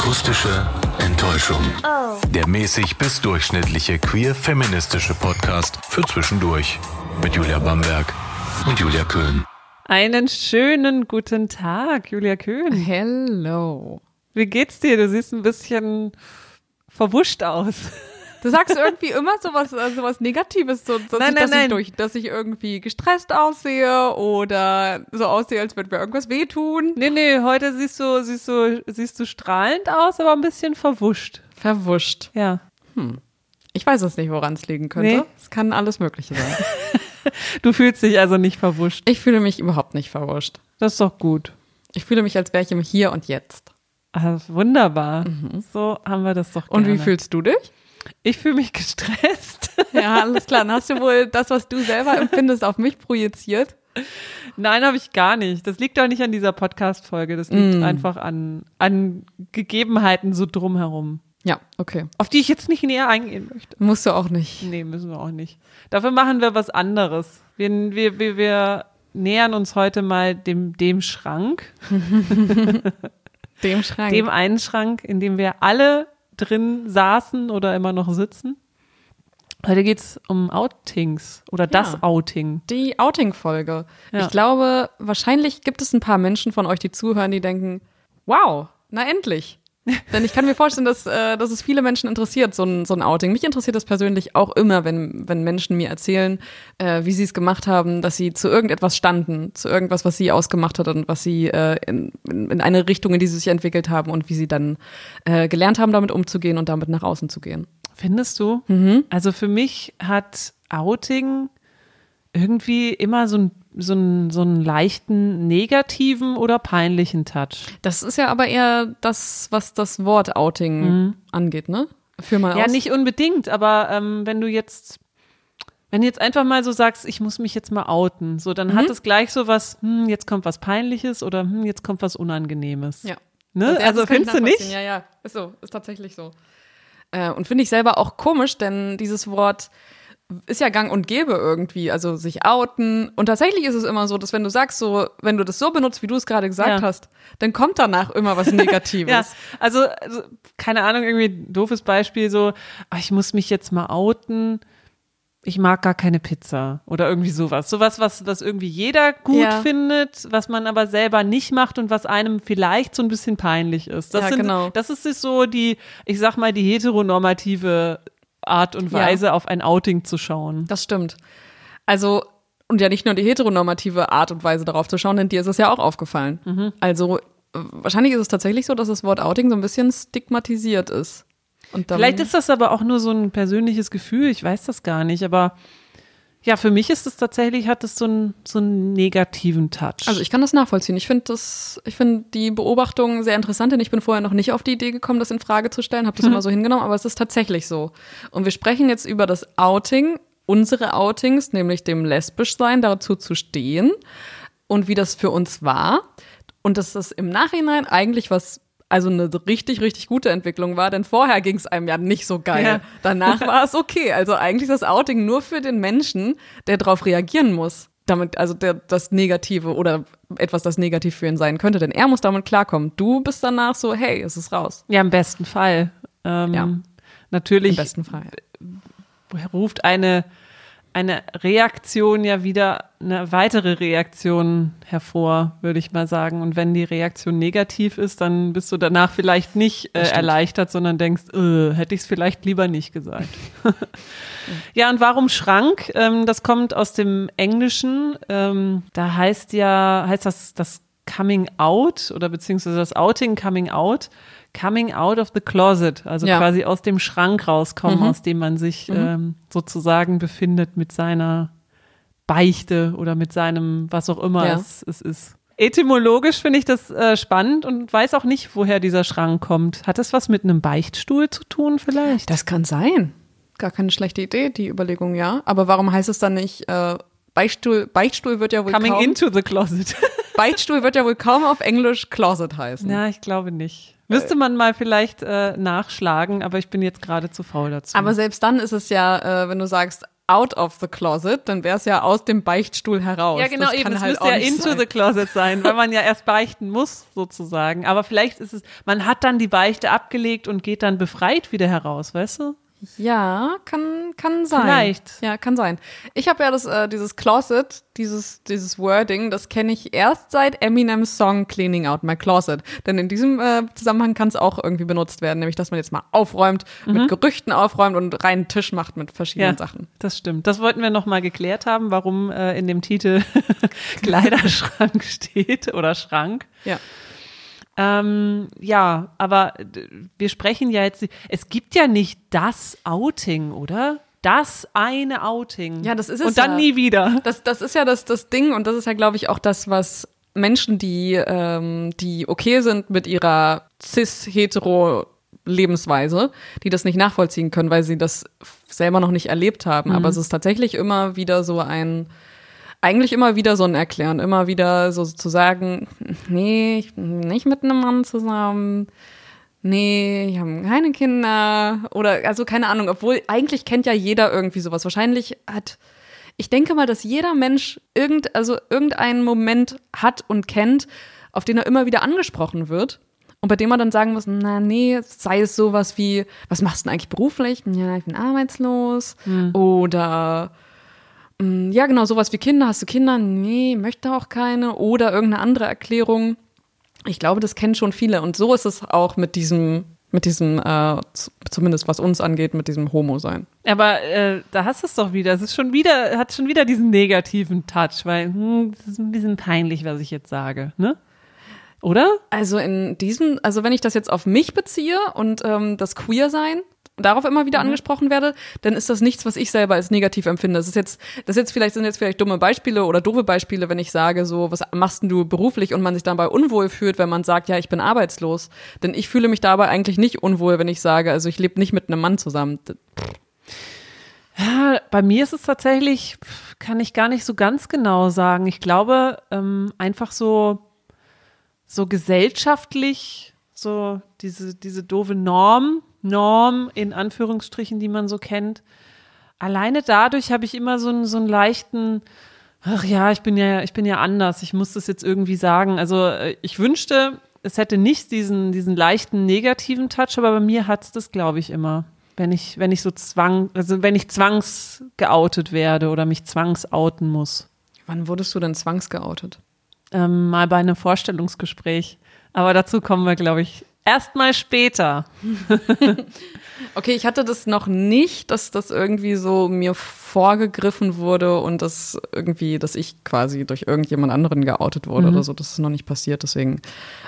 Akustische Enttäuschung. Der mäßig bis durchschnittliche queer-feministische Podcast für zwischendurch. Mit Julia Bamberg und Julia Köhn. Einen schönen guten Tag, Julia Köhn. Hello. Wie geht's dir? Du siehst ein bisschen verwuscht aus. Du sagst irgendwie immer sowas Negatives, dass ich irgendwie gestresst aussehe oder so aussehe, als würde mir irgendwas wehtun. Nee, heute siehst du strahlend aus, aber ein bisschen verwuscht. Verwuscht. Ja. Ich weiß es nicht, woran es liegen könnte. Nee. Es kann alles Mögliche sein. Du fühlst dich also nicht verwuscht. Ich fühle mich überhaupt nicht verwuscht. Das ist doch gut. Ich fühle mich, als wäre ich im Hier und Jetzt. Also wunderbar. So haben wir das doch gerne. Und wie fühlst du dich? Ich fühle mich gestresst. Ja, alles klar. Dann hast du wohl das, was du selber empfindest, auf mich projiziert? Nein, habe ich gar nicht. Das liegt doch nicht an dieser Podcast-Folge. Das liegt einfach an Gegebenheiten so drumherum. Ja, okay. Auf die ich jetzt nicht näher eingehen möchte. Musst du auch nicht. Nee, müssen wir auch nicht. Dafür machen wir was anderes. Wir nähern uns heute mal dem Schrank. Dem Schrank. Dem einen Schrank, in dem wir alle drin saßen oder immer noch sitzen. Heute geht's um Outings oder das Outing. Die Outing-Folge. Ja. Ich glaube, wahrscheinlich gibt es ein paar Menschen von euch, die zuhören, die denken, wow, na endlich. Denn ich kann mir vorstellen, dass es viele Menschen interessiert, so ein Outing. Mich interessiert das persönlich auch immer, wenn Menschen mir erzählen, wie sie es gemacht haben, dass sie zu irgendetwas standen, zu irgendwas, was sie ausgemacht hat und was sie in eine Richtung, in die sie sich entwickelt haben und wie sie dann gelernt haben, damit umzugehen und damit nach außen zu gehen. Findest du? Also für mich hat Outing irgendwie immer so einen leichten negativen oder peinlichen Touch. Das ist ja aber eher das, was das Wort Outing angeht, ne? Führ mal Ja, aus. nicht unbedingt, aber wenn du jetzt einfach mal so sagst, ich muss mich jetzt mal outen, so dann hat es gleich so was, jetzt kommt was Peinliches oder jetzt kommt was Unangenehmes. Ja. Ne? Also findest du nicht? Ja, ist so, ist tatsächlich so. Und finde ich selber auch komisch, denn dieses Wort ist ja gang und gäbe irgendwie, also sich outen. Und tatsächlich ist es immer so, dass wenn du sagst, so, wenn du das so benutzt, wie du es gerade gesagt hast, dann kommt danach immer was Negatives. Ja, also keine Ahnung, irgendwie ein doofes Beispiel, so, ich muss mich jetzt mal outen, ich mag gar keine Pizza oder irgendwie sowas. Sowas, was irgendwie jeder gut findet, was man aber selber nicht macht und was einem vielleicht so ein bisschen peinlich ist. Genau. Das ist so die, ich sag mal, die heteronormative Art und Weise, auf ein Outing zu schauen. Das stimmt. Also, und ja nicht nur die heteronormative Art und Weise darauf zu schauen, denn dir ist es ja auch aufgefallen. Also, wahrscheinlich ist es tatsächlich so, dass das Wort Outing so ein bisschen stigmatisiert ist. Und dann, Vielleicht ist das aber auch nur so ein persönliches Gefühl, ich weiß das gar nicht, aber ja, für mich ist es tatsächlich, hat es so einen negativen Touch. Also ich kann das nachvollziehen. Ich finde die Beobachtung sehr interessant, denn ich bin vorher noch nicht auf die Idee gekommen, das in Frage zu stellen, habe das immer so hingenommen, aber es ist tatsächlich so. Und wir sprechen jetzt über das Outing, unsere Outings, nämlich dem Lesbischsein, dazu zu stehen und wie das für uns war. Und dass das im Nachhinein eigentlich also eine richtig, richtig gute Entwicklung war, denn vorher ging es einem ja nicht so geil. Ja. Danach war es okay. Also eigentlich ist das Outing nur für den Menschen, der darauf reagieren muss. Damit, also das Negative oder etwas, das negativ für ihn sein könnte, denn er muss damit klarkommen. Du bist danach so, hey, es ist raus. Ja, im besten Fall. Natürlich Im besten Fall. ruft eine Reaktion ja wieder eine weitere Reaktion hervor, würde ich mal sagen. Und wenn die Reaktion negativ ist, dann bist du danach vielleicht nicht erleichtert, sondern denkst, hätte ich es vielleicht lieber nicht gesagt. Ja, und warum Schrank? Das kommt aus dem Englischen. Da heißt das Coming Out oder beziehungsweise das Outing Coming Out of the closet, also quasi aus dem Schrank rauskommen, aus dem man sich sozusagen befindet mit seiner Beichte oder mit seinem, was auch immer es ist. Etymologisch finde ich das spannend und weiß auch nicht, woher dieser Schrank kommt. Hat das was mit einem Beichtstuhl zu tun vielleicht? Das kann sein. Gar keine schlechte Idee, die Überlegung, ja. Aber warum heißt es dann nicht Beichtstuhl wird ja wohl Coming into the closet. Beichtstuhl wird ja wohl kaum auf Englisch Closet heißen. Ja, ich glaube nicht. Müsste man mal vielleicht nachschlagen, aber ich bin jetzt gerade zu faul dazu. Aber selbst dann ist es ja, wenn du sagst out of the closet, dann wäre es ja aus dem Beichtstuhl heraus. Ja, genau, das eben. Es halt müsste ja into the closet sein, weil man ja erst beichten muss, sozusagen. Aber vielleicht ist es, man hat dann die Beichte abgelegt und geht dann befreit wieder heraus, weißt du? Ja, kann sein. Vielleicht. Ja, kann sein. Ich habe ja dieses Closet, dieses Wording, das kenne ich erst seit Eminems Song Cleaning Out My Closet. Denn in diesem Zusammenhang kann es auch irgendwie benutzt werden, nämlich dass man jetzt mal aufräumt, mit Gerüchten aufräumt und reinen Tisch macht mit verschiedenen Sachen. Das stimmt. Das wollten wir noch mal geklärt haben, warum in dem Titel Kleiderschrank steht oder Schrank. Ja. Ja, aber wir sprechen ja jetzt, es gibt ja nicht das Outing, oder? Das eine Outing. Ja, das ist es. Und dann nie wieder. Das ist ja das Ding und das ist ja, glaube ich, auch das, was Menschen, die okay sind mit ihrer cis-hetero-Lebensweise, die das nicht nachvollziehen können, weil sie das selber noch nicht erlebt haben. Aber es ist tatsächlich immer wieder so eigentlich immer wieder so ein Erklären, immer wieder so zu sagen, nee, ich bin nicht mit einem Mann zusammen, nee, ich habe keine Kinder oder also keine Ahnung, obwohl eigentlich kennt ja jeder irgendwie sowas. Wahrscheinlich ich denke mal, dass jeder Mensch irgendeinen Moment hat und kennt, auf den er immer wieder angesprochen wird und bei dem man dann sagen muss, na nee, sei es sowas wie, was machst du denn eigentlich beruflich? Ja, ich bin arbeitslos oder ja, genau, sowas wie Kinder. Hast du Kinder? Nee, möchte auch keine. Oder irgendeine andere Erklärung. Ich glaube, das kennen schon viele. Und so ist es auch mit diesem zumindest was uns angeht, mit diesem Homo-Sein. Aber da hast du es doch wieder. Es ist hat schon wieder diesen negativen Touch, weil das ist ein bisschen peinlich, was ich jetzt sage, ne? Oder? Also wenn ich das jetzt auf mich beziehe und das Queer-Sein darauf immer wieder angesprochen werde, dann ist das nichts, was ich selber als negativ empfinde. Sind jetzt vielleicht dumme Beispiele oder doofe Beispiele, wenn ich sage, so, was machst denn du beruflich und man sich dabei unwohl fühlt, wenn man sagt, ja, ich bin arbeitslos. Denn ich fühle mich dabei eigentlich nicht unwohl, wenn ich sage, also ich lebe nicht mit einem Mann zusammen. Ja, bei mir ist es tatsächlich, kann ich gar nicht so ganz genau sagen. Ich glaube, einfach so gesellschaftlich, so diese doofe Norm in Anführungsstrichen, die man so kennt. Alleine dadurch habe ich immer so einen leichten, ach ja, ich bin ja anders, ich muss das jetzt irgendwie sagen. Also ich wünschte, es hätte nicht diesen leichten negativen Touch, aber bei mir hat es das, glaube ich, immer. Wenn ich zwangsgeoutet werde oder mich zwangsouten muss. Wann wurdest du denn zwangsgeoutet? Mal bei einem Vorstellungsgespräch. Aber dazu kommen wir, glaube ich, erst mal später. Okay, ich hatte das noch nicht, dass das irgendwie so mir vorgegriffen wurde und dass ich quasi durch irgendjemand anderen geoutet wurde oder so. Das ist noch nicht passiert, deswegen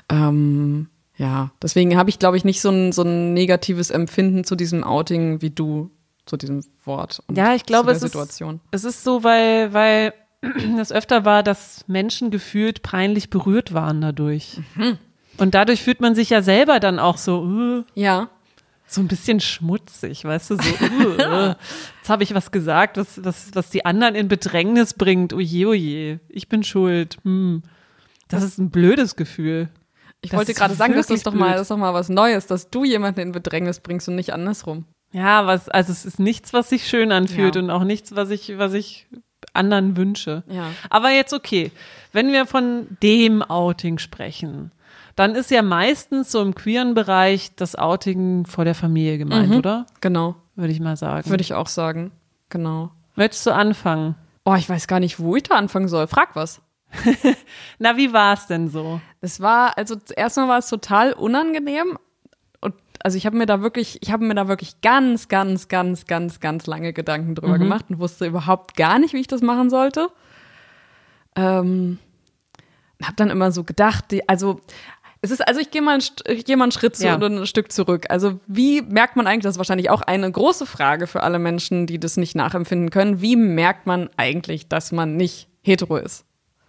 deswegen habe ich, glaube ich, nicht so ein negatives Empfinden zu diesem Outing wie du, zu diesem Wort und ja, ich glaube, zu der Situation. Es ist so, weil das öfter war, dass Menschen gefühlt peinlich berührt waren dadurch. Und dadurch fühlt man sich ja selber dann auch so, ja, so ein bisschen schmutzig, weißt du, so, jetzt habe ich was gesagt, was die anderen in Bedrängnis bringt, oje, ich bin schuld. Das ist ein blödes Gefühl. Ich wollte gerade sagen, das ist doch mal was Neues, dass du jemanden in Bedrängnis bringst und nicht andersrum. Ja, also es ist nichts, was sich schön anfühlt und auch nichts, was ich anderen wünsche. Ja. Aber jetzt okay, wenn wir von dem Outing sprechen, dann ist ja meistens so im queeren Bereich das Outing vor der Familie gemeint, oder? Genau. Würde ich mal sagen. Würde ich auch sagen, genau. Möchtest du anfangen? Oh, ich weiß gar nicht, wo ich da anfangen soll. Frag was. Na, wie war es denn so? Erstmal war es total unangenehm. Und also ich habe mir da wirklich ganz, ganz, ganz, ganz, ganz lange Gedanken drüber gemacht und wusste überhaupt gar nicht, wie ich das machen sollte. Habe dann immer so gedacht, ich gehe mal einen Schritt oder ein Stück zurück. Also wie merkt man eigentlich, das ist wahrscheinlich auch eine große Frage für alle Menschen, die das nicht nachempfinden können, wie merkt man eigentlich, dass man nicht hetero ist?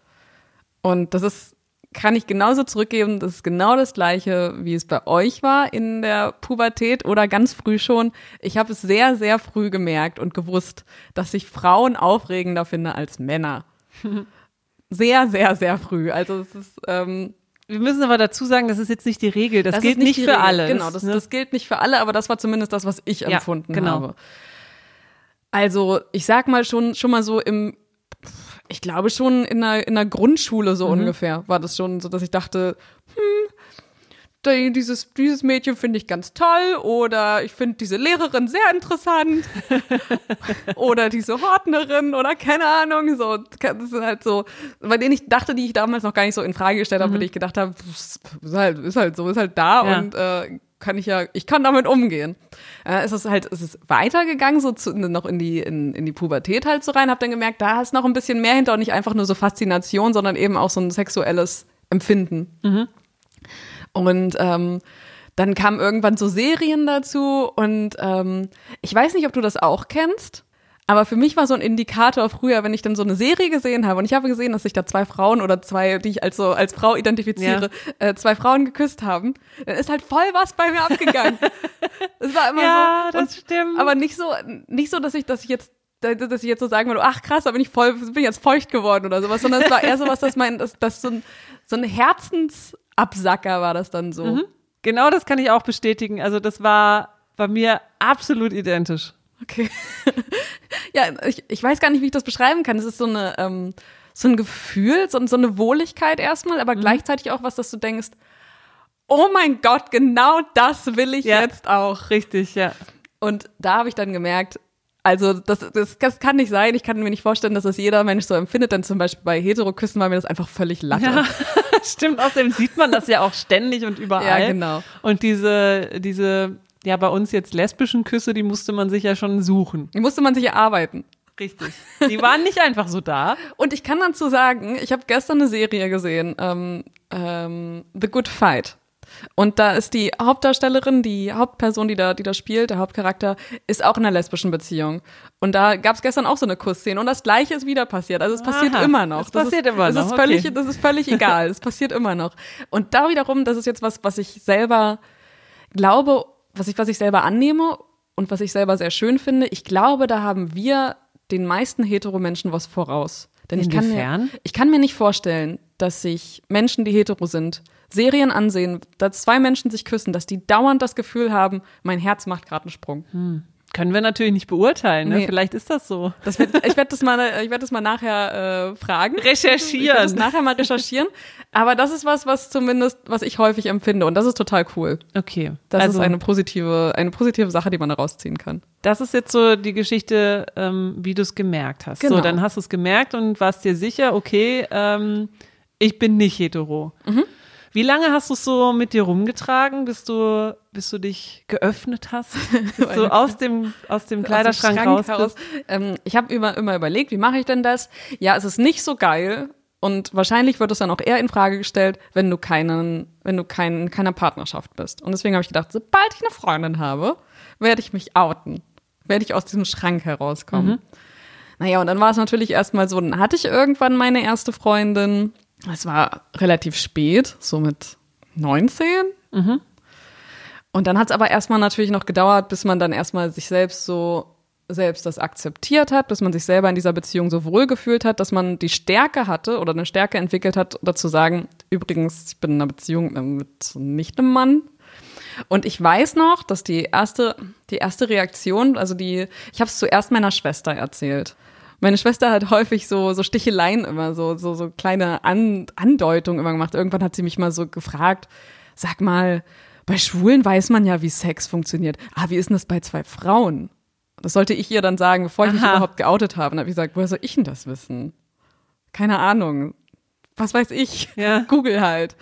Und kann ich genauso zurückgeben, das ist genau das Gleiche, wie es bei euch war in der Pubertät oder ganz früh schon. Ich habe es sehr, sehr früh gemerkt und gewusst, dass ich Frauen aufregender finde als Männer. Sehr, sehr, sehr früh. Also es ist wir müssen aber dazu sagen, das ist jetzt nicht die Regel. Das gilt nicht für alle. Genau, das gilt nicht für alle, aber das war zumindest das, was ich empfunden habe. Also, ich sag mal schon mal so ich glaube schon in der Grundschule so ungefähr war das schon so, dass ich dachte, dieses Mädchen finde ich ganz toll oder ich finde diese Lehrerin sehr interessant oder diese Hortnerin oder keine Ahnung, so, das sind halt so, bei denen ich dachte, die ich damals noch gar nicht so in Frage gestellt habe, weil ich gedacht habe, ist halt da und ich kann damit umgehen. Es ist weitergegangen, so noch in die Pubertät halt so rein, habe dann gemerkt, da ist noch ein bisschen mehr hinter und nicht einfach nur so Faszination, sondern eben auch so ein sexuelles Empfinden. Und dann kamen irgendwann so Serien dazu und ich weiß nicht, ob du das auch kennst, aber für mich war so ein Indikator früher, wenn ich dann so eine Serie gesehen habe und ich habe gesehen, dass sich da zwei Frauen oder zwei, die ich als Frau identifiziere, zwei Frauen geküsst haben, dann ist halt voll was bei mir abgegangen. Das war immer so. Das stimmt. Aber nicht so, dass ich jetzt so sagen würde, ach krass, da bin ich jetzt feucht geworden oder sowas, sondern es war eher sowas, dass so ein Herzensabsacker war das dann so. Genau, das kann ich auch bestätigen. Also das war bei mir absolut identisch. Okay. Ja, ich weiß gar nicht, wie ich das beschreiben kann. Es ist so ein Gefühl, so eine Wohligkeit erstmal, aber gleichzeitig auch was, dass du denkst, oh mein Gott, genau das will ich jetzt auch. Richtig, ja. Und da habe ich dann gemerkt, also das kann nicht sein. Ich kann mir nicht vorstellen, dass das jeder Mensch so empfindet, denn zum Beispiel bei Heteroküssen war mir das einfach völlig Latte. Ja, stimmt, außerdem sieht man das ja auch ständig und überall. Ja, genau. Und diese bei uns jetzt lesbischen Küsse, die musste man sich ja schon suchen. Die musste man sich erarbeiten. Richtig. Die waren nicht einfach so da. Und ich kann dazu sagen, ich habe gestern eine Serie gesehen, The Good Fight. Und da ist die Hauptdarstellerin, die Hauptperson, die da spielt, der Hauptcharakter, ist auch in einer lesbischen Beziehung. Und da gab es gestern auch so eine Kussszene und das Gleiche ist wieder passiert. Also es passiert immer noch. Das ist völlig egal. Es passiert immer noch. Und da wiederum, das ist jetzt was ich selber glaube, was ich selber annehme und was ich selber sehr schön finde. Ich glaube, da haben wir den meisten Hetero-Menschen was voraus. Denn ich kann mir nicht vorstellen, dass sich Menschen, die hetero sind, Serien ansehen, dass zwei Menschen sich küssen, dass die dauernd das Gefühl haben, mein Herz macht gerade einen Sprung. Können wir natürlich nicht beurteilen, ne? Nee. Vielleicht ist das so. Ich werde das mal nachher fragen. Recherchieren. Ich werde das nachher mal recherchieren. Aber das ist was ich häufig empfinde. Und das ist total cool. Okay. Das ist eine positive Sache, die man da rausziehen kann. Das ist jetzt so die Geschichte, wie du es gemerkt hast. Genau. So, dann hast du es gemerkt und warst dir sicher, okay, ich bin nicht hetero. Wie lange hast du es so mit dir rumgetragen, bis du dich geöffnet hast? Bis du aus dem Kleiderschrank raus bist? Ich habe immer überlegt, wie mache ich denn das? Ja, es ist nicht so geil und wahrscheinlich wird es dann auch eher in Frage gestellt, wenn du in keiner Partnerschaft bist. Und deswegen habe ich gedacht, sobald ich eine Freundin habe, werde ich mich outen. Werde ich aus diesem Schrank herauskommen. Naja, und dann war es natürlich erstmal so, dann hatte ich irgendwann meine erste Freundin. Es war relativ spät, so mit 19. Und dann hat es aber erstmal natürlich noch gedauert, bis man dann erstmal sich selbst das akzeptiert hat, bis man sich selber in dieser Beziehung so wohl gefühlt hat, dass man die Stärke hatte oder eine Stärke entwickelt hat, dazu sagen, übrigens, ich bin in einer Beziehung mit nicht einem Mann. Und ich weiß noch, dass die erste Reaktion, ich habe es zuerst meiner Schwester erzählt. Meine Schwester hat häufig so Sticheleien immer, so kleine Andeutungen immer gemacht. Irgendwann hat sie mich mal so gefragt, sag mal, bei Schwulen weiß man ja, wie Sex funktioniert. Wie ist denn das bei zwei Frauen? Das sollte ich ihr dann sagen, bevor ich mich überhaupt geoutet habe. Und habe ich gesagt, woher soll ich denn das wissen? Keine Ahnung. Was weiß ich? Ja. Google halt.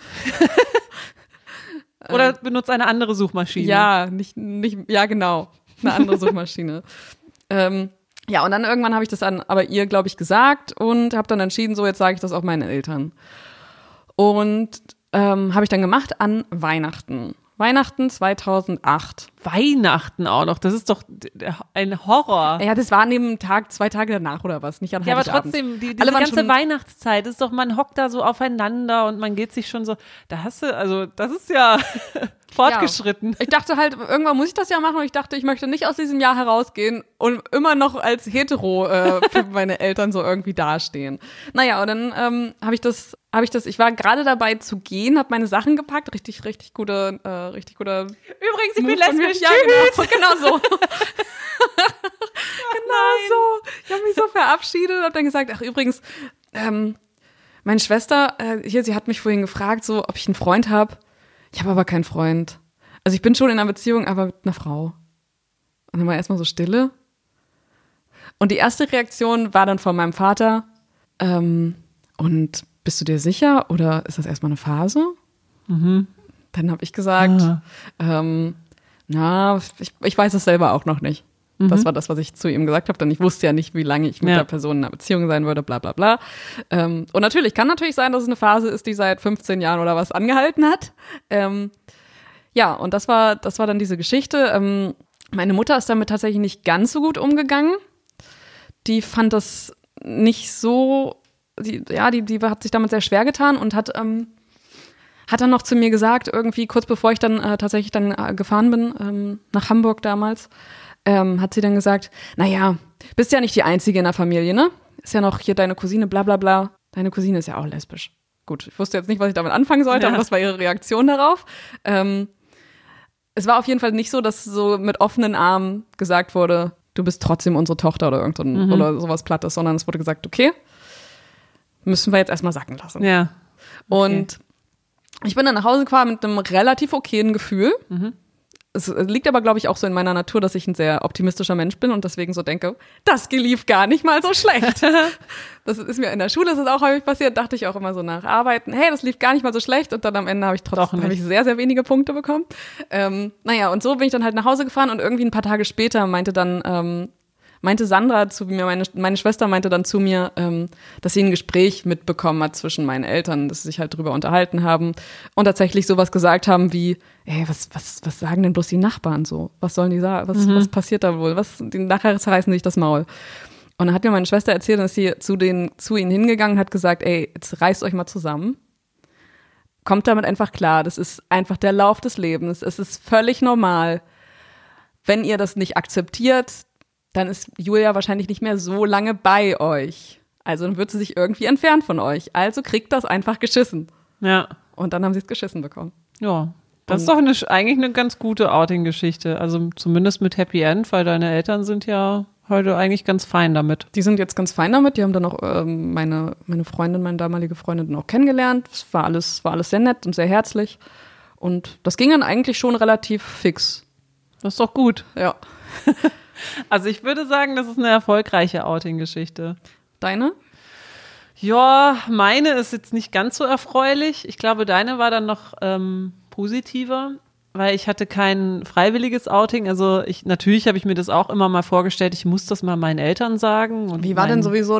Oder benutzt eine andere Suchmaschine. Ja, ja, genau. Eine andere Suchmaschine. Ja, und dann irgendwann habe ich das dann aber ihr, glaube ich, gesagt und habe dann entschieden, so jetzt sage ich das auch meinen Eltern. Und habe ich dann gemacht an Weihnachten. Weihnachten 2008. Weihnachten auch noch, das ist doch ein Horror. Ja, das war an dem Tag, 2 Tage danach oder was, nicht an Ja, aber Heiligabend. trotzdem, diese ganze Weihnachtszeit ist doch, man hockt da so aufeinander und man geht sich schon so, das ist ja fortgeschritten. Ja. Ich dachte halt, irgendwann muss ich das ja machen und ich dachte, ich möchte nicht aus diesem Jahr herausgehen und immer noch als hetero für meine Eltern so irgendwie dastehen. Naja, und dann ich war gerade dabei zu gehen, habe meine Sachen gepackt, richtig guter. Übrigens, ich bin lesbisch, ja, genau so. Ich habe mich so verabschiedet und habe dann gesagt, ach übrigens, meine Schwester, sie hat mich vorhin gefragt, so, ob ich einen Freund habe. Ich habe aber keinen Freund. Also ich bin schon in einer Beziehung, aber mit einer Frau. Und dann war erstmal so Stille. Und die erste Reaktion war dann von meinem Vater, und bist du dir sicher oder ist das erstmal eine Phase? Mhm. Dann habe ich gesagt, ich weiß es selber auch noch nicht. Mhm. Das war das, was ich zu ihm gesagt habe, denn ich wusste ja nicht, wie lange ich mit der Person in einer Beziehung sein würde, bla bla bla. Und kann natürlich sein, dass es eine Phase ist, die seit 15 Jahren oder was angehalten hat. Und das war dann diese Geschichte. Meine Mutter ist damit tatsächlich nicht ganz so gut umgegangen. Die fand das nicht so, die hat sich damit sehr schwer getan und hat dann noch zu mir gesagt, irgendwie kurz bevor ich dann tatsächlich gefahren bin, nach Hamburg damals, hat sie dann gesagt, naja, bist ja nicht die Einzige in der Familie, ne? Ist ja noch hier deine Cousine, bla bla bla. Deine Cousine ist ja auch lesbisch. Gut, ich wusste jetzt nicht, was ich damit anfangen sollte, aber das war ihre Reaktion darauf. Es war auf jeden Fall nicht so, dass so mit offenen Armen gesagt wurde, du bist trotzdem unsere Tochter oder oder sowas Plattes, sondern es wurde gesagt, okay, müssen wir jetzt erstmal sacken lassen. Ja. Okay. Und ich bin dann nach Hause gefahren mit einem relativ okayen Gefühl. Mhm. Es liegt aber, glaube ich, auch so in meiner Natur, dass ich ein sehr optimistischer Mensch bin und deswegen so denke, das lief gar nicht mal so schlecht. Das ist mir in der Schule, das ist auch häufig passiert, dachte ich auch immer so nach Arbeiten, hey, das lief gar nicht mal so schlecht und dann am Ende habe ich sehr, sehr wenige Punkte bekommen. Und so bin ich dann halt nach Hause gefahren und irgendwie ein paar Tage später meinte Sandra zu mir, meine Schwester meinte dann zu mir, dass sie ein Gespräch mitbekommen hat zwischen meinen Eltern, dass sie sich halt drüber unterhalten haben und tatsächlich sowas gesagt haben wie, ey, was sagen denn bloß die Nachbarn so? Was sollen die sagen? Was passiert da wohl? Die nachher zerreißen sich das Maul. Und dann hat mir meine Schwester erzählt, dass sie zu ihnen hingegangen und hat gesagt, ey, jetzt reißt euch mal zusammen. Kommt damit einfach klar. Das ist einfach der Lauf des Lebens. Es ist völlig normal. Wenn ihr das nicht akzeptiert, dann ist Julia wahrscheinlich nicht mehr so lange bei euch. Also dann wird sie sich irgendwie entfernt von euch. Also kriegt das einfach geschissen. Ja. Und dann haben sie es geschissen bekommen. Ja, das ist doch eigentlich eine ganz gute Outing-Geschichte. Also zumindest mit Happy End, weil deine Eltern sind ja heute eigentlich ganz fein damit. Die sind jetzt ganz fein damit. Die haben dann auch meine damalige Freundin dann auch kennengelernt. Es war alles sehr nett und sehr herzlich. Und das ging dann eigentlich schon relativ fix. Das ist doch gut. Ja. Also ich würde sagen, das ist eine erfolgreiche Outing-Geschichte. Deine? Ja, meine ist jetzt nicht ganz so erfreulich. Ich glaube, deine war dann noch positiver, weil ich hatte kein freiwilliges Outing. Also natürlich habe ich mir das auch immer mal vorgestellt, ich muss das mal meinen Eltern sagen. Und wie war denn sowieso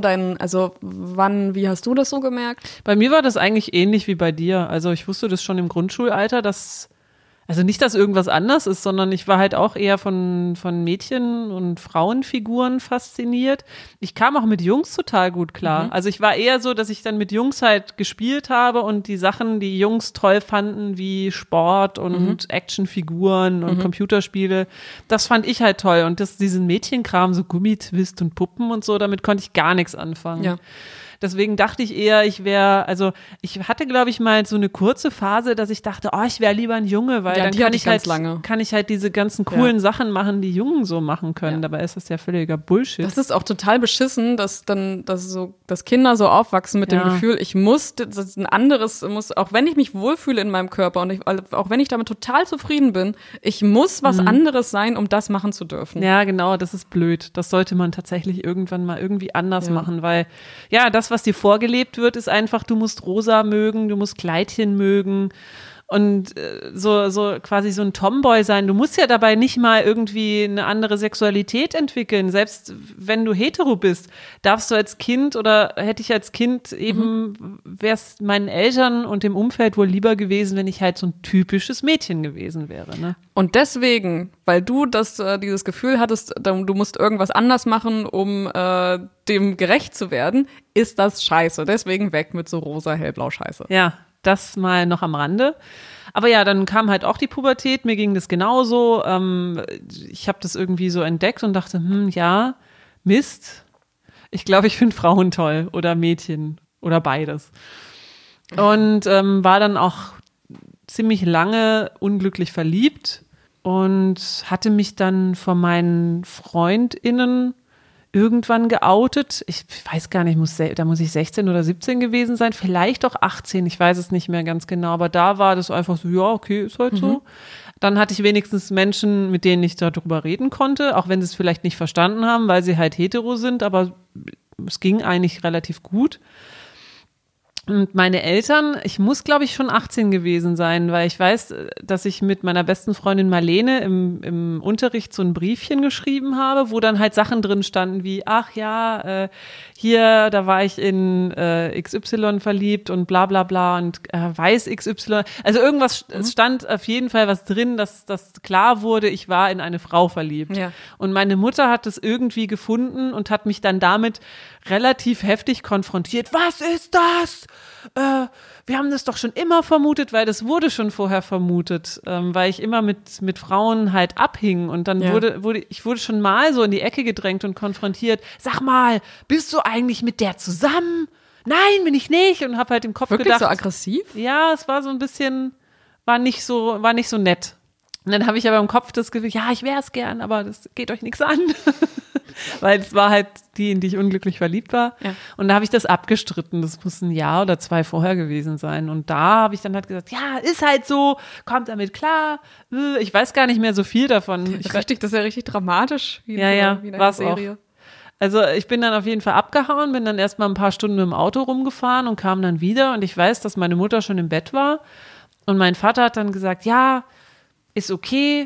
wie hast du das so gemerkt? Bei mir war das eigentlich ähnlich wie bei dir. Also ich wusste das schon im Grundschulalter, also nicht, dass irgendwas anders ist, sondern ich war halt auch eher von Mädchen- und Frauenfiguren fasziniert. Ich kam auch mit Jungs total gut klar. Also ich war eher so, dass ich dann mit Jungs halt gespielt habe und die Sachen, die Jungs toll fanden, wie Sport und Actionfiguren und Computerspiele, das fand ich halt toll. Und diesen Mädchenkram, so Gummitwist und Puppen und so, damit konnte ich gar nichts anfangen. Ja. Deswegen dachte ich eher, ich hatte, glaube ich, mal so eine kurze Phase, dass ich dachte, ich wäre lieber ein Junge, weil dann kann ich halt diese ganzen coolen Sachen machen, die Jungen so machen können. Ja. Dabei ist das ja völliger Bullshit. Das ist auch total beschissen, dass Kinder so aufwachsen mit dem Gefühl, ich muss auch wenn ich mich wohlfühle in meinem Körper und auch wenn ich damit total zufrieden bin, ich muss was anderes sein, um das machen zu dürfen. Ja, genau, das ist blöd. Das sollte man tatsächlich irgendwann mal irgendwie anders machen, weil das, was dir vorgelebt wird, ist einfach, du musst rosa mögen, du musst Kleidchen mögen und so quasi so ein Tomboy sein. Du musst ja dabei nicht mal irgendwie eine andere Sexualität entwickeln. Selbst wenn du hetero bist, darfst du als Kind oder hätte ich als Kind eben, wäre es meinen Eltern und dem Umfeld wohl lieber gewesen, wenn ich halt so ein typisches Mädchen gewesen wäre. Ne? Und deswegen, weil du dieses Gefühl hattest, du musst irgendwas anders machen, um dem gerecht zu werden, ist das scheiße. Deswegen weg mit so rosa, hellblau Scheiße. Ja, das mal noch am Rande. Aber ja, dann kam halt auch die Pubertät, mir ging das genauso. Ich habe das irgendwie so entdeckt und dachte, Mist. Ich glaube, ich finde Frauen toll oder Mädchen oder beides. Und war dann auch ziemlich lange unglücklich verliebt und hatte mich dann von meinen FreundInnen irgendwann geoutet. Ich weiß gar nicht, da muss ich 16 oder 17 gewesen sein, vielleicht auch 18, ich weiß es nicht mehr ganz genau, aber da war das einfach so, ja, okay, ist halt so. Dann hatte ich wenigstens Menschen, mit denen ich darüber reden konnte, auch wenn sie es vielleicht nicht verstanden haben, weil sie halt hetero sind, aber es ging eigentlich relativ gut. Und meine Eltern, ich muss, glaube ich, schon 18 gewesen sein, weil ich weiß, dass ich mit meiner besten Freundin Marlene im Unterricht so ein Briefchen geschrieben habe, wo dann halt Sachen drin standen wie, ach ja, hier, da war ich in XY verliebt und bla bla bla und weiß XY. Also irgendwas, es stand auf jeden Fall was drin, dass klar wurde, ich war in eine Frau verliebt. Ja. Und meine Mutter hat es irgendwie gefunden und hat mich dann damit relativ heftig konfrontiert. Was ist das? Wir haben das doch schon immer vermutet, weil das wurde schon vorher vermutet, weil ich immer mit Frauen halt abhing und dann wurde schon mal so in die Ecke gedrängt und konfrontiert. Sag mal, bist du eigentlich mit der zusammen? Nein, bin ich nicht, und habe halt im Kopf Wirklich gedacht. So aggressiv? Ja, es war so ein bisschen, war nicht so nett. Und dann habe ich aber im Kopf das Gefühl, ja, ich wäre es gern, aber das geht euch nichts an. Weil es war halt die, in die ich unglücklich verliebt war. Ja. Und da habe ich das abgestritten. Das muss ein Jahr oder 2 vorher gewesen sein. Und da habe ich dann halt gesagt, ja, ist halt so, kommt damit klar. Ich weiß gar nicht mehr so viel davon. Das ist ja richtig dramatisch. Wie war Serie. Auch. Also ich bin dann auf jeden Fall abgehauen, bin dann erstmal ein paar Stunden mit dem Auto rumgefahren und kam dann wieder. Und ich weiß, dass meine Mutter schon im Bett war. Und mein Vater hat dann gesagt, ja, ist okay,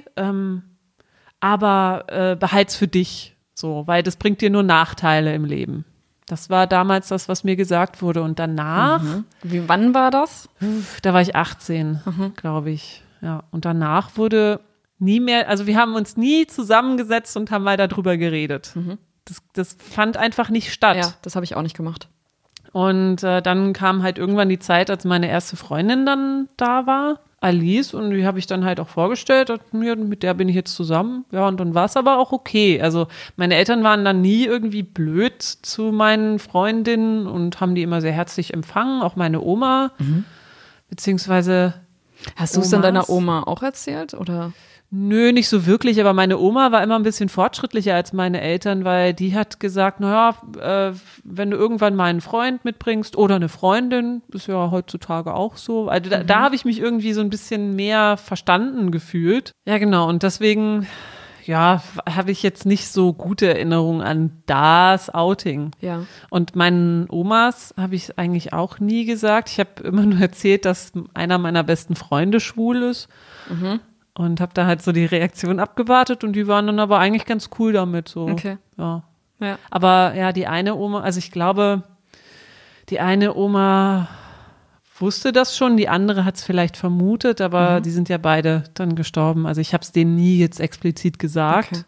aber behalt's für dich. So, weil das bringt dir nur Nachteile im Leben. Das war damals das, was mir gesagt wurde. Und danach. Wann war das? Da war ich 18, glaube ich. Ja. Und danach wurde nie mehr, also wir haben uns nie zusammengesetzt und haben mal darüber geredet. Das fand einfach nicht statt. Ja, das habe ich auch nicht gemacht. Und dann kam halt irgendwann die Zeit, als meine erste Freundin dann da war, Alice, und die habe ich dann halt auch vorgestellt, mit der bin ich jetzt zusammen. Ja, und dann war es aber auch okay. Also meine Eltern waren dann nie irgendwie blöd zu meinen Freundinnen und haben die immer sehr herzlich empfangen, auch meine Oma, beziehungsweise Hast du es dann deiner Oma auch erzählt, oder? Nö, nicht so wirklich, aber meine Oma war immer ein bisschen fortschrittlicher als meine Eltern, weil die hat gesagt, naja, wenn du irgendwann mal einen Freund mitbringst oder eine Freundin, ist ja heutzutage auch so. Also da habe ich mich irgendwie so ein bisschen mehr verstanden gefühlt. Ja, genau, und deswegen, ja, habe ich jetzt nicht so gute Erinnerungen an das Outing. Ja. Und meinen Omas habe ich eigentlich auch nie gesagt. Ich habe immer nur erzählt, dass einer meiner besten Freunde schwul ist. Und habe da halt so die Reaktion abgewartet und die waren dann aber eigentlich ganz cool damit. So. Okay. Ja. Aber ja, die eine Oma, also ich glaube, die eine Oma wusste das schon, die andere hat es vielleicht vermutet, aber die sind ja beide dann gestorben. Also ich habe es denen nie jetzt explizit gesagt,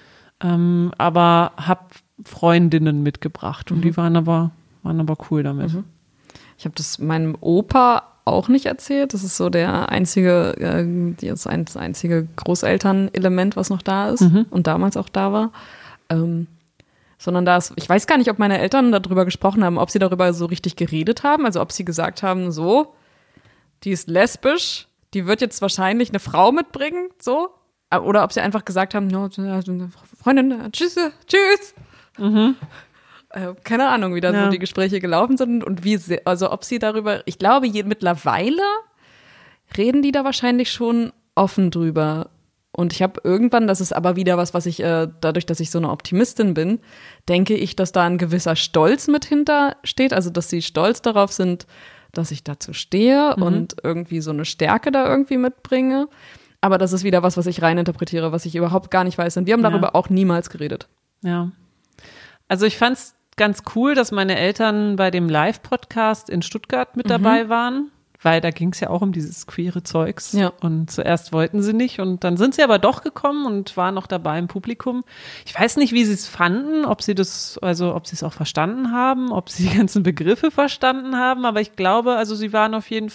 aber habe Freundinnen mitgebracht und die waren aber cool damit. Ich habe das meinem Opa auch nicht erzählt. Das ist so der einzige, das einzige Großelternelement, was noch da ist und damals auch da war. Sondern ich weiß gar nicht, ob meine Eltern darüber gesprochen haben, ob sie darüber so richtig geredet haben, also ob sie gesagt haben, so, die ist lesbisch, die wird jetzt wahrscheinlich eine Frau mitbringen, so. Oder ob sie einfach gesagt haben, no, Freundin, tschüss. Keine Ahnung, wie da so die Gespräche gelaufen sind und also ob sie darüber, ich glaube, mittlerweile reden die da wahrscheinlich schon offen drüber. Und ich habe irgendwann, das ist aber wieder was ich, dadurch, dass ich so eine Optimistin bin, denke ich, dass da ein gewisser Stolz mit hintersteht, also dass sie stolz darauf sind, dass ich dazu stehe und irgendwie so eine Stärke da irgendwie mitbringe. Aber das ist wieder was ich reininterpretiere, was ich überhaupt gar nicht weiß. Und wir haben darüber auch niemals geredet. Ja. Also ich fand's ganz cool, dass meine Eltern bei dem Live-Podcast in Stuttgart mit dabei waren, weil da ging es ja auch um dieses queere Zeugs. Ja. Und zuerst wollten sie nicht und dann sind sie aber doch gekommen und waren noch dabei im Publikum. Ich weiß nicht, wie sie es fanden, ob sie es auch verstanden haben, ob sie die ganzen Begriffe verstanden haben, aber ich glaube, also sie waren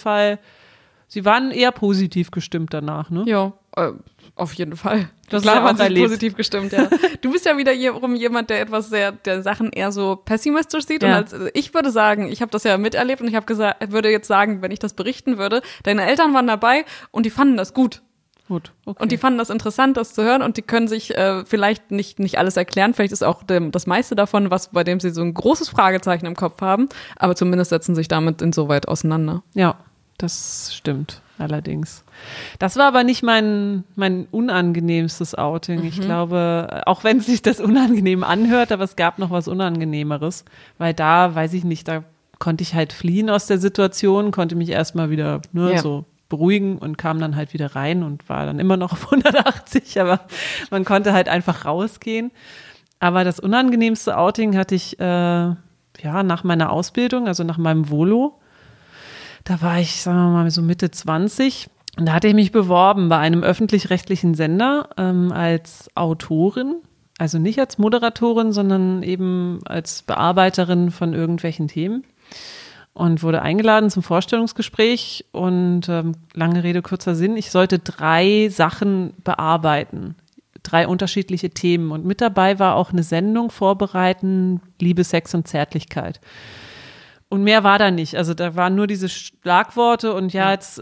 eher positiv gestimmt danach, ne? Ja, auf jeden Fall. Das klar, waren sie positiv gestimmt, ja. Du bist ja wieder jemand, der der Sachen eher so pessimistisch sieht. Ja. Und ich würde sagen, ich habe das ja miterlebt und würde jetzt sagen, wenn ich das berichten würde, deine Eltern waren dabei und die fanden das gut. Gut, okay. Und die fanden das interessant, das zu hören, und die können sich vielleicht nicht alles erklären, vielleicht ist auch das meiste davon, bei dem sie so ein großes Fragezeichen im Kopf haben, aber zumindest setzen sich damit insoweit auseinander. Ja, das stimmt, allerdings. Das war aber nicht mein unangenehmstes Outing. Ich glaube, auch wenn sich das unangenehm anhört, aber es gab noch was Unangenehmeres, weil da, weiß ich nicht, da konnte ich halt fliehen aus der Situation, konnte mich erstmal wieder so beruhigen und kam dann halt wieder rein und war dann immer noch auf 180, aber man konnte halt einfach rausgehen. Aber das unangenehmste Outing hatte ich nach meiner Ausbildung, also nach meinem Volo. Da war ich, sagen wir mal, so Mitte 20 und da hatte ich mich beworben bei einem öffentlich-rechtlichen Sender als Autorin, also nicht als Moderatorin, sondern eben als Bearbeiterin von irgendwelchen Themen. Und wurde eingeladen zum Vorstellungsgespräch und lange Rede, kurzer Sinn, ich sollte 3 Sachen bearbeiten, 3 unterschiedliche Themen. Und mit dabei war auch eine Sendung vorbereiten, Liebe, Sex und Zärtlichkeit. Und mehr war da nicht. Also da waren nur diese Schlagworte und jetzt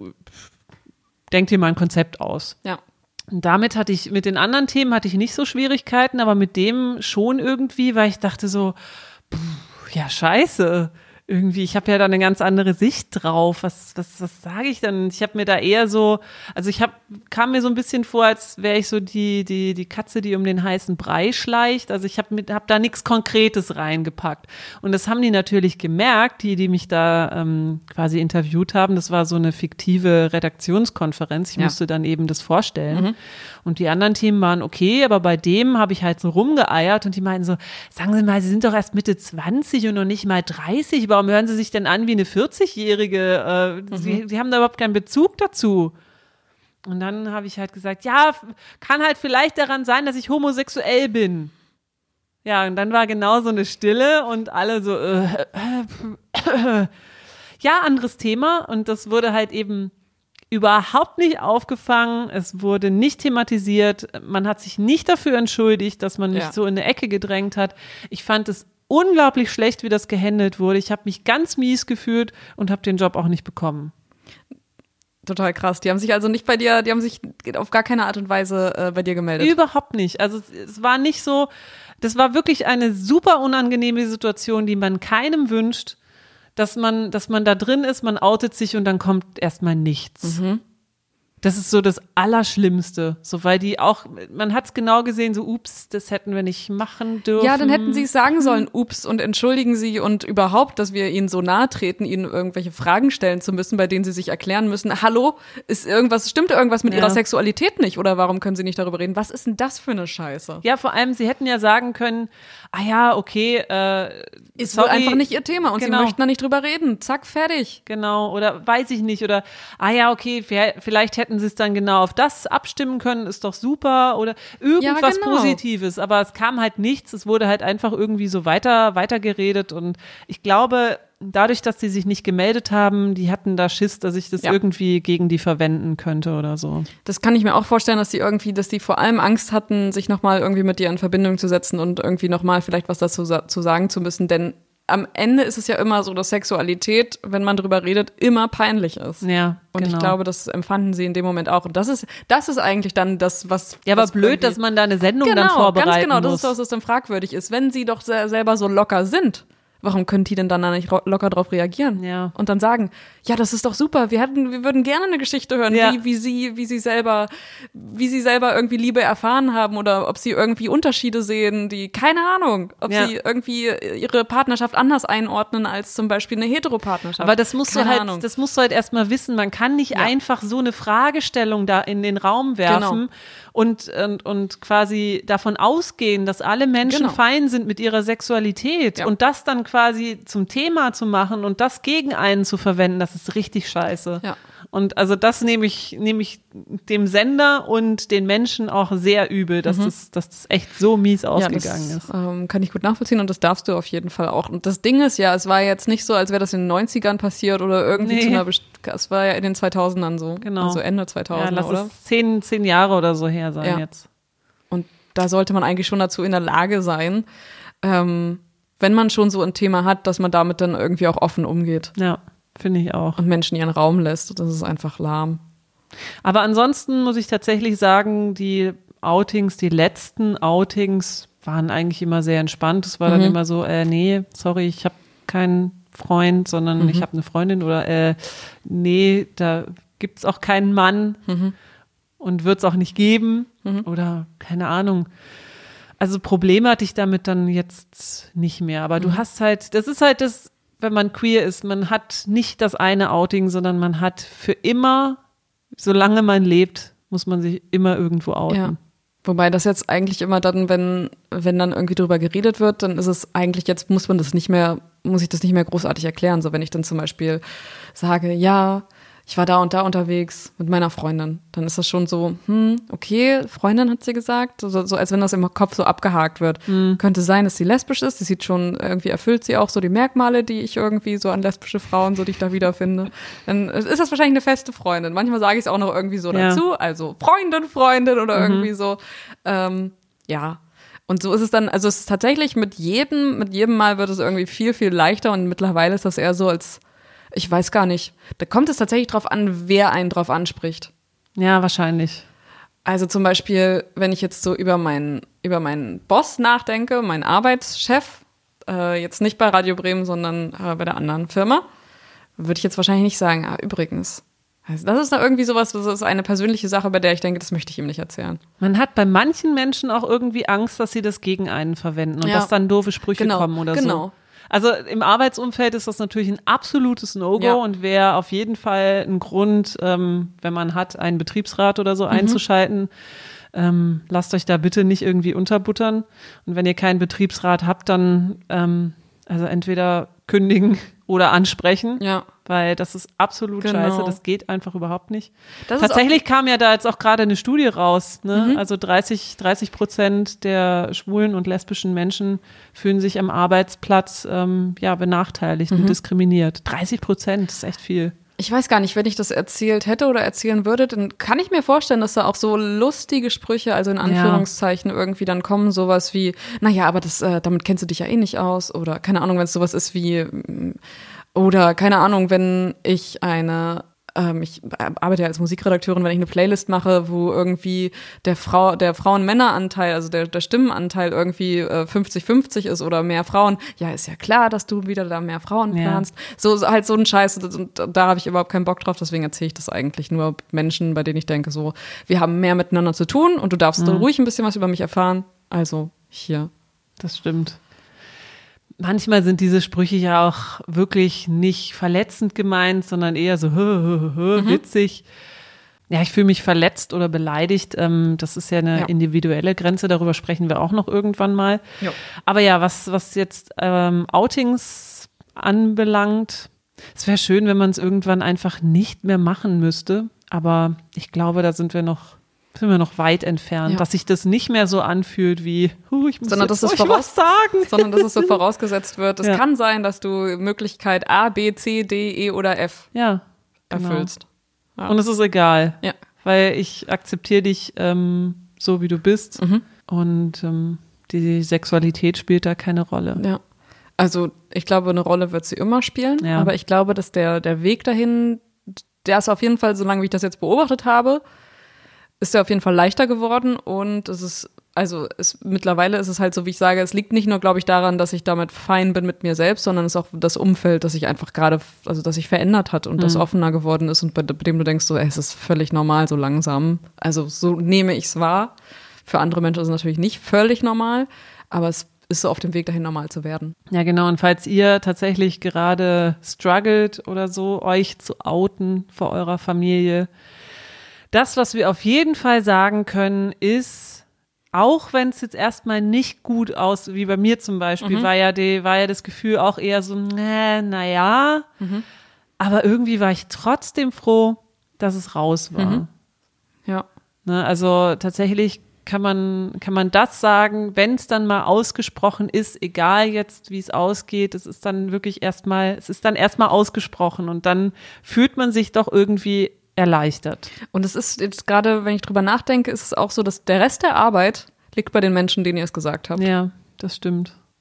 denkt ihr mal ein Konzept aus. Ja. Und damit mit den anderen Themen hatte ich nicht so Schwierigkeiten, aber mit dem schon irgendwie, weil ich dachte so, scheiße. Irgendwie, ich habe ja da eine ganz andere Sicht drauf. Was sage ich dann? Ich habe mir da eher so, also kam mir so ein bisschen vor, als wäre ich so die Katze, die um den heißen Brei schleicht. Also ich hab da nichts Konkretes reingepackt. Und das haben die natürlich gemerkt, die mich da quasi interviewt haben. Das war so eine fiktive Redaktionskonferenz. Ich musste dann eben das vorstellen. Und die anderen Themen waren okay, aber bei dem habe ich halt so rumgeeiert und die meinten so, sagen Sie mal, Sie sind doch erst Mitte 20 und noch nicht mal 30. Warum hören Sie sich denn an wie eine 40-Jährige? Sie haben da überhaupt keinen Bezug dazu. Und dann habe ich halt gesagt, ja, kann halt vielleicht daran sein, dass ich homosexuell bin. Ja, und dann war genau so eine Stille und alle so, ja, anderes Thema. Und das wurde halt eben überhaupt nicht aufgefangen, es wurde nicht thematisiert, man hat sich nicht dafür entschuldigt, dass man mich so in eine Ecke gedrängt hat. Ich fand es unglaublich schlecht, wie das gehandelt wurde. Ich habe mich ganz mies gefühlt und habe den Job auch nicht bekommen. Total krass. Die haben sich also nicht bei dir, die haben sich auf gar keine Art und Weise bei dir gemeldet. Überhaupt nicht. Also es war nicht so, das war wirklich eine super unangenehme Situation, die man keinem wünscht. Dass man da drin ist, man outet sich und dann kommt erstmal nichts. Das ist so das Allerschlimmste. So, weil die auch, man hat es genau gesehen, so ups, das hätten wir nicht machen dürfen. Ja, dann hätten sie es sagen sollen, ups, und entschuldigen Sie und überhaupt, dass wir ihnen so nahe treten, ihnen irgendwelche Fragen stellen zu müssen, bei denen sie sich erklären müssen, hallo, stimmt irgendwas mit ihrer Sexualität nicht oder warum können sie nicht darüber reden? Was ist denn das für eine Scheiße? Ja, vor allem, sie hätten ja sagen können, okay, ist wohl einfach nicht ihr Thema und sie möchten da nicht drüber reden. Zack, fertig. Genau, oder weiß ich nicht, oder okay, vielleicht hätten sie es dann genau auf das abstimmen können, ist doch super, oder irgendwas Positives, aber es kam halt nichts, es wurde halt einfach irgendwie so weitergeredet und ich glaube, dadurch, dass die sich nicht gemeldet haben, die hatten da Schiss, dass ich das irgendwie gegen die verwenden könnte oder so. Das kann ich mir auch vorstellen, dass die vor allem Angst hatten, sich nochmal irgendwie mit dir in Verbindung zu setzen und irgendwie nochmal vielleicht was dazu zu sagen zu müssen, denn am Ende ist es ja immer so, dass Sexualität, wenn man drüber redet, immer peinlich ist. Ja, und ich glaube, das empfanden sie in dem Moment auch. Und das ist eigentlich dann das, was... Ja, aber blöd, dass man da eine Sendung dann vorbereiten muss. Ganz genau, das ist das, was dann fragwürdig ist. Wenn sie doch selber so locker sind, warum können die denn dann da nicht locker drauf reagieren? Ja. Und dann sagen, ja, das ist doch super, wir würden gerne eine Geschichte hören, wie sie selber irgendwie Liebe erfahren haben oder ob sie irgendwie Unterschiede sehen, keine Ahnung, ob sie irgendwie ihre Partnerschaft anders einordnen als zum Beispiel eine Heteropartnerschaft. Aber das musst du halt erstmal wissen, man kann nicht einfach so eine Fragestellung da in den Raum werfen und quasi davon ausgehen, dass alle Menschen fein sind mit ihrer Sexualität und das dann quasi zum Thema zu machen und das gegen einen zu verwenden, das ist richtig scheiße. Ja. Und also das nehme ich dem Sender und den Menschen auch sehr übel, dass das echt so mies ausgegangen ist. Kann ich gut nachvollziehen und das darfst du auf jeden Fall auch. Und das Ding ist es war jetzt nicht so, als wäre das in den 90ern passiert oder irgendwie es war ja in den 2000ern so. Genau. Also Ende 2000er, lass oder? Es 10 Jahre oder so her sein jetzt. Und da sollte man eigentlich schon dazu in der Lage sein, wenn man schon so ein Thema hat, dass man damit dann irgendwie auch offen umgeht. Ja, finde ich auch. Und Menschen ihren Raum lässt. Das ist einfach lahm. Aber ansonsten muss ich tatsächlich sagen, die letzten Outings waren eigentlich immer sehr entspannt. Es war dann immer so, nee, sorry, ich habe keinen Freund, sondern ich habe eine Freundin oder nee, da gibt's auch keinen Mann und wird's auch nicht geben oder keine Ahnung. Also Probleme hatte ich damit dann jetzt nicht mehr. Aber du hast halt, das ist halt das, wenn man queer ist, man hat nicht das eine Outing, sondern man hat für immer, solange man lebt, muss man sich immer irgendwo outen. Ja. Wobei das jetzt eigentlich immer dann, wenn dann irgendwie drüber geredet wird, dann ist es eigentlich, jetzt muss ich das nicht mehr großartig erklären. So, wenn ich dann zum Beispiel sage, ja, ich war da und da unterwegs mit meiner Freundin, dann ist das schon so, okay, Freundin hat sie gesagt, so als wenn das im Kopf so abgehakt wird. Könnte sein, dass sie lesbisch ist, die sieht schon, irgendwie erfüllt sie auch so die Merkmale, die ich irgendwie so an lesbische Frauen, so die ich da wiederfinde. Dann ist das wahrscheinlich eine feste Freundin. Manchmal sage ich es auch noch irgendwie so dazu, also Freundin oder irgendwie so, ja. Und so ist es dann, also es ist tatsächlich mit jedem Mal wird es irgendwie viel, viel leichter und mittlerweile ist das eher so als, ich weiß gar nicht. Da kommt es tatsächlich drauf an, wer einen drauf anspricht. Ja, wahrscheinlich. Also zum Beispiel, wenn ich jetzt so über meinen Boss nachdenke, meinen Arbeitschef, jetzt nicht bei Radio Bremen, sondern bei der anderen Firma, würde ich jetzt wahrscheinlich nicht sagen, übrigens. Also das ist da irgendwie sowas, das ist eine persönliche Sache, bei der ich denke, das möchte ich ihm nicht erzählen. Man hat bei manchen Menschen auch irgendwie Angst, dass sie das gegen einen verwenden und dass dann doofe Sprüche kommen oder so. Genau. Also im Arbeitsumfeld ist das natürlich ein absolutes No-Go und wäre auf jeden Fall ein Grund, wenn man hat, einen Betriebsrat oder so einzuschalten. Lasst euch da bitte nicht irgendwie unterbuttern. Und wenn ihr keinen Betriebsrat habt, dann also entweder kündigen oder ansprechen, weil das ist absolut scheiße, das geht einfach überhaupt nicht. Tatsächlich kam ja da jetzt auch gerade eine Studie raus, ne? Also 30% der schwulen und lesbischen Menschen fühlen sich am Arbeitsplatz benachteiligt und diskriminiert. 30%, das ist echt viel. Ich weiß gar nicht, wenn ich das erzählt hätte oder erzählen würde, dann kann ich mir vorstellen, dass da auch so lustige Sprüche, also in Anführungszeichen irgendwie dann kommen, sowas wie, naja, aber das, damit kennst du dich ja eh nicht aus oder keine Ahnung, wenn es sowas ist wie, oder keine Ahnung, wenn ich ich arbeite ja als Musikredakteurin, wenn ich eine Playlist mache, wo irgendwie der Frauen-Männer-Anteil, also der Stimmenanteil irgendwie 50-50 ist oder mehr Frauen, ja, ist ja klar, dass du wieder da mehr Frauen planst. So halt so ein Scheiß, und da habe ich überhaupt keinen Bock drauf, deswegen erzähle ich das eigentlich nur Menschen, bei denen ich denke so, wir haben mehr miteinander zu tun und du darfst ruhig ein bisschen was über mich erfahren, also hier. Das stimmt. Manchmal sind diese Sprüche ja auch wirklich nicht verletzend gemeint, sondern eher so witzig. Ja, ich fühle mich verletzt oder beleidigt. Das ist ja eine individuelle Grenze, darüber sprechen wir auch noch irgendwann mal. Jo. Aber ja, was jetzt Outings anbelangt, es wäre schön, wenn man es irgendwann einfach nicht mehr machen müsste. Aber ich glaube, da sind wir noch weit entfernt, dass sich das nicht mehr so anfühlt wie, ich muss sondern jetzt was sagen. Sondern dass es so vorausgesetzt wird. Es kann sein, dass du Möglichkeit A, B, C, D, E oder F erfüllst. Genau. Ja. Und es ist egal, weil ich akzeptiere dich so, wie du bist und die Sexualität spielt da keine Rolle. Ja. Also ich glaube, eine Rolle wird sie immer spielen, aber ich glaube, dass der Weg dahin, der ist auf jeden Fall, solange wie ich das jetzt beobachtet habe, ist er auf jeden Fall leichter geworden und mittlerweile ist es halt so, wie ich sage, es liegt nicht nur, glaube ich, daran, dass ich damit fein bin mit mir selbst, sondern es ist auch das Umfeld, das sich einfach dass sich verändert hat und das offener geworden ist und bei dem du denkst so, es ist völlig normal so langsam. Also so nehme ich es wahr. Für andere Menschen ist es natürlich nicht völlig normal, aber es ist so auf dem Weg dahin, normal zu werden. Ja, genau. Und falls ihr tatsächlich gerade struggelt oder so, euch zu outen vor eurer Familie, das, was wir auf jeden Fall sagen können, ist, auch wenn es jetzt erstmal nicht gut aussieht, wie bei mir zum Beispiel, war ja das Gefühl auch eher so, naja, aber irgendwie war ich trotzdem froh, dass es raus war. Ja. Ne, also tatsächlich kann man das sagen, wenn es dann mal ausgesprochen ist, egal jetzt, wie es ausgeht, es ist dann erstmal ausgesprochen und dann fühlt man sich doch irgendwie erleichtert. Und es ist jetzt gerade, wenn ich drüber nachdenke, ist es auch so, dass der Rest der Arbeit liegt bei den Menschen, denen ihr es gesagt habt. Ja, das stimmt.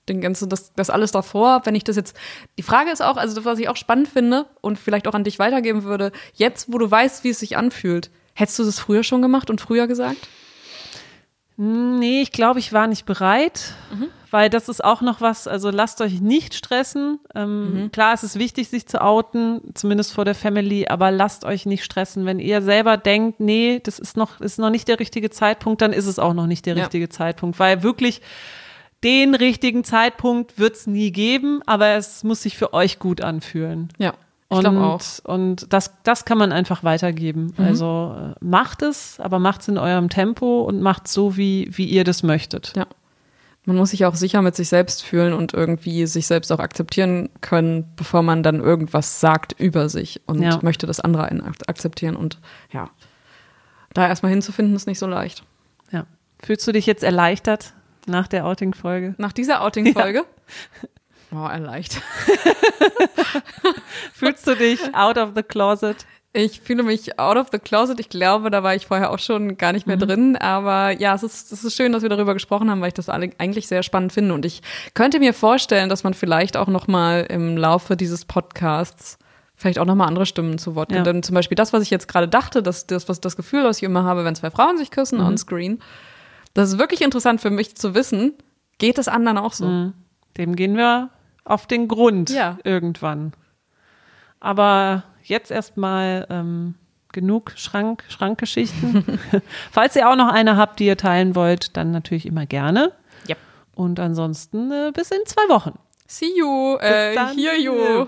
das alles davor, wenn ich das jetzt, die Frage ist auch, also was ich auch spannend finde und vielleicht auch an dich weitergeben würde, jetzt, wo du weißt, wie es sich anfühlt, hättest du das früher schon gemacht und früher gesagt? Nee, ich glaube, ich war nicht bereit, weil das ist auch noch was, also lasst euch nicht stressen. Klar, es ist wichtig, sich zu outen, zumindest vor der Family, aber lasst euch nicht stressen. Wenn ihr selber denkt, nee, das ist noch nicht der richtige Zeitpunkt, dann ist es auch noch nicht der richtige Zeitpunkt, weil wirklich den richtigen Zeitpunkt wird es nie geben, aber es muss sich für euch gut anfühlen. Ja. Ich glaube auch. Und das kann man einfach weitergeben. Also macht es, aber macht es in eurem Tempo und macht es so, wie ihr das möchtet. Ja. Man muss sich auch sicher mit sich selbst fühlen und irgendwie sich selbst auch akzeptieren können, bevor man dann irgendwas sagt über sich und möchte das andere akzeptieren. Und ja, da erstmal hinzufinden, ist nicht so leicht. Ja. Fühlst du dich jetzt erleichtert nach der Outing-Folge? Nach dieser Outing-Folge? Ja. Oh, erleichtert. Fühlst du dich out of the closet? Ich fühle mich out of the closet. Ich glaube, da war ich vorher auch schon gar nicht mehr drin. Aber ja, es ist schön, dass wir darüber gesprochen haben, weil ich das eigentlich sehr spannend finde. Und ich könnte mir vorstellen, dass man vielleicht auch noch mal im Laufe dieses Podcasts vielleicht auch noch mal andere Stimmen zu Wort kommt. Denn zum Beispiel das, was ich jetzt gerade dachte, das Gefühl, was ich immer habe, wenn zwei Frauen sich küssen on screen, das ist wirklich interessant für mich zu wissen, geht es anderen auch so? Dem gehen wir auf den Grund irgendwann. Aber jetzt erstmal genug Schrankgeschichten. Falls ihr auch noch eine habt, die ihr teilen wollt, dann natürlich immer gerne. Yep. Und ansonsten bis in 2 Wochen. See you, hear you.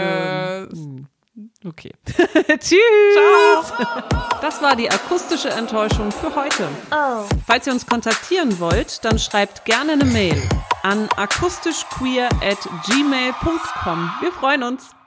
Okay. Tschüss. Ciao. Das war die akustische Enttäuschung für heute. Falls ihr uns kontaktieren wollt, dann schreibt gerne eine Mail an akustischqueer@gmail.com. Wir freuen uns.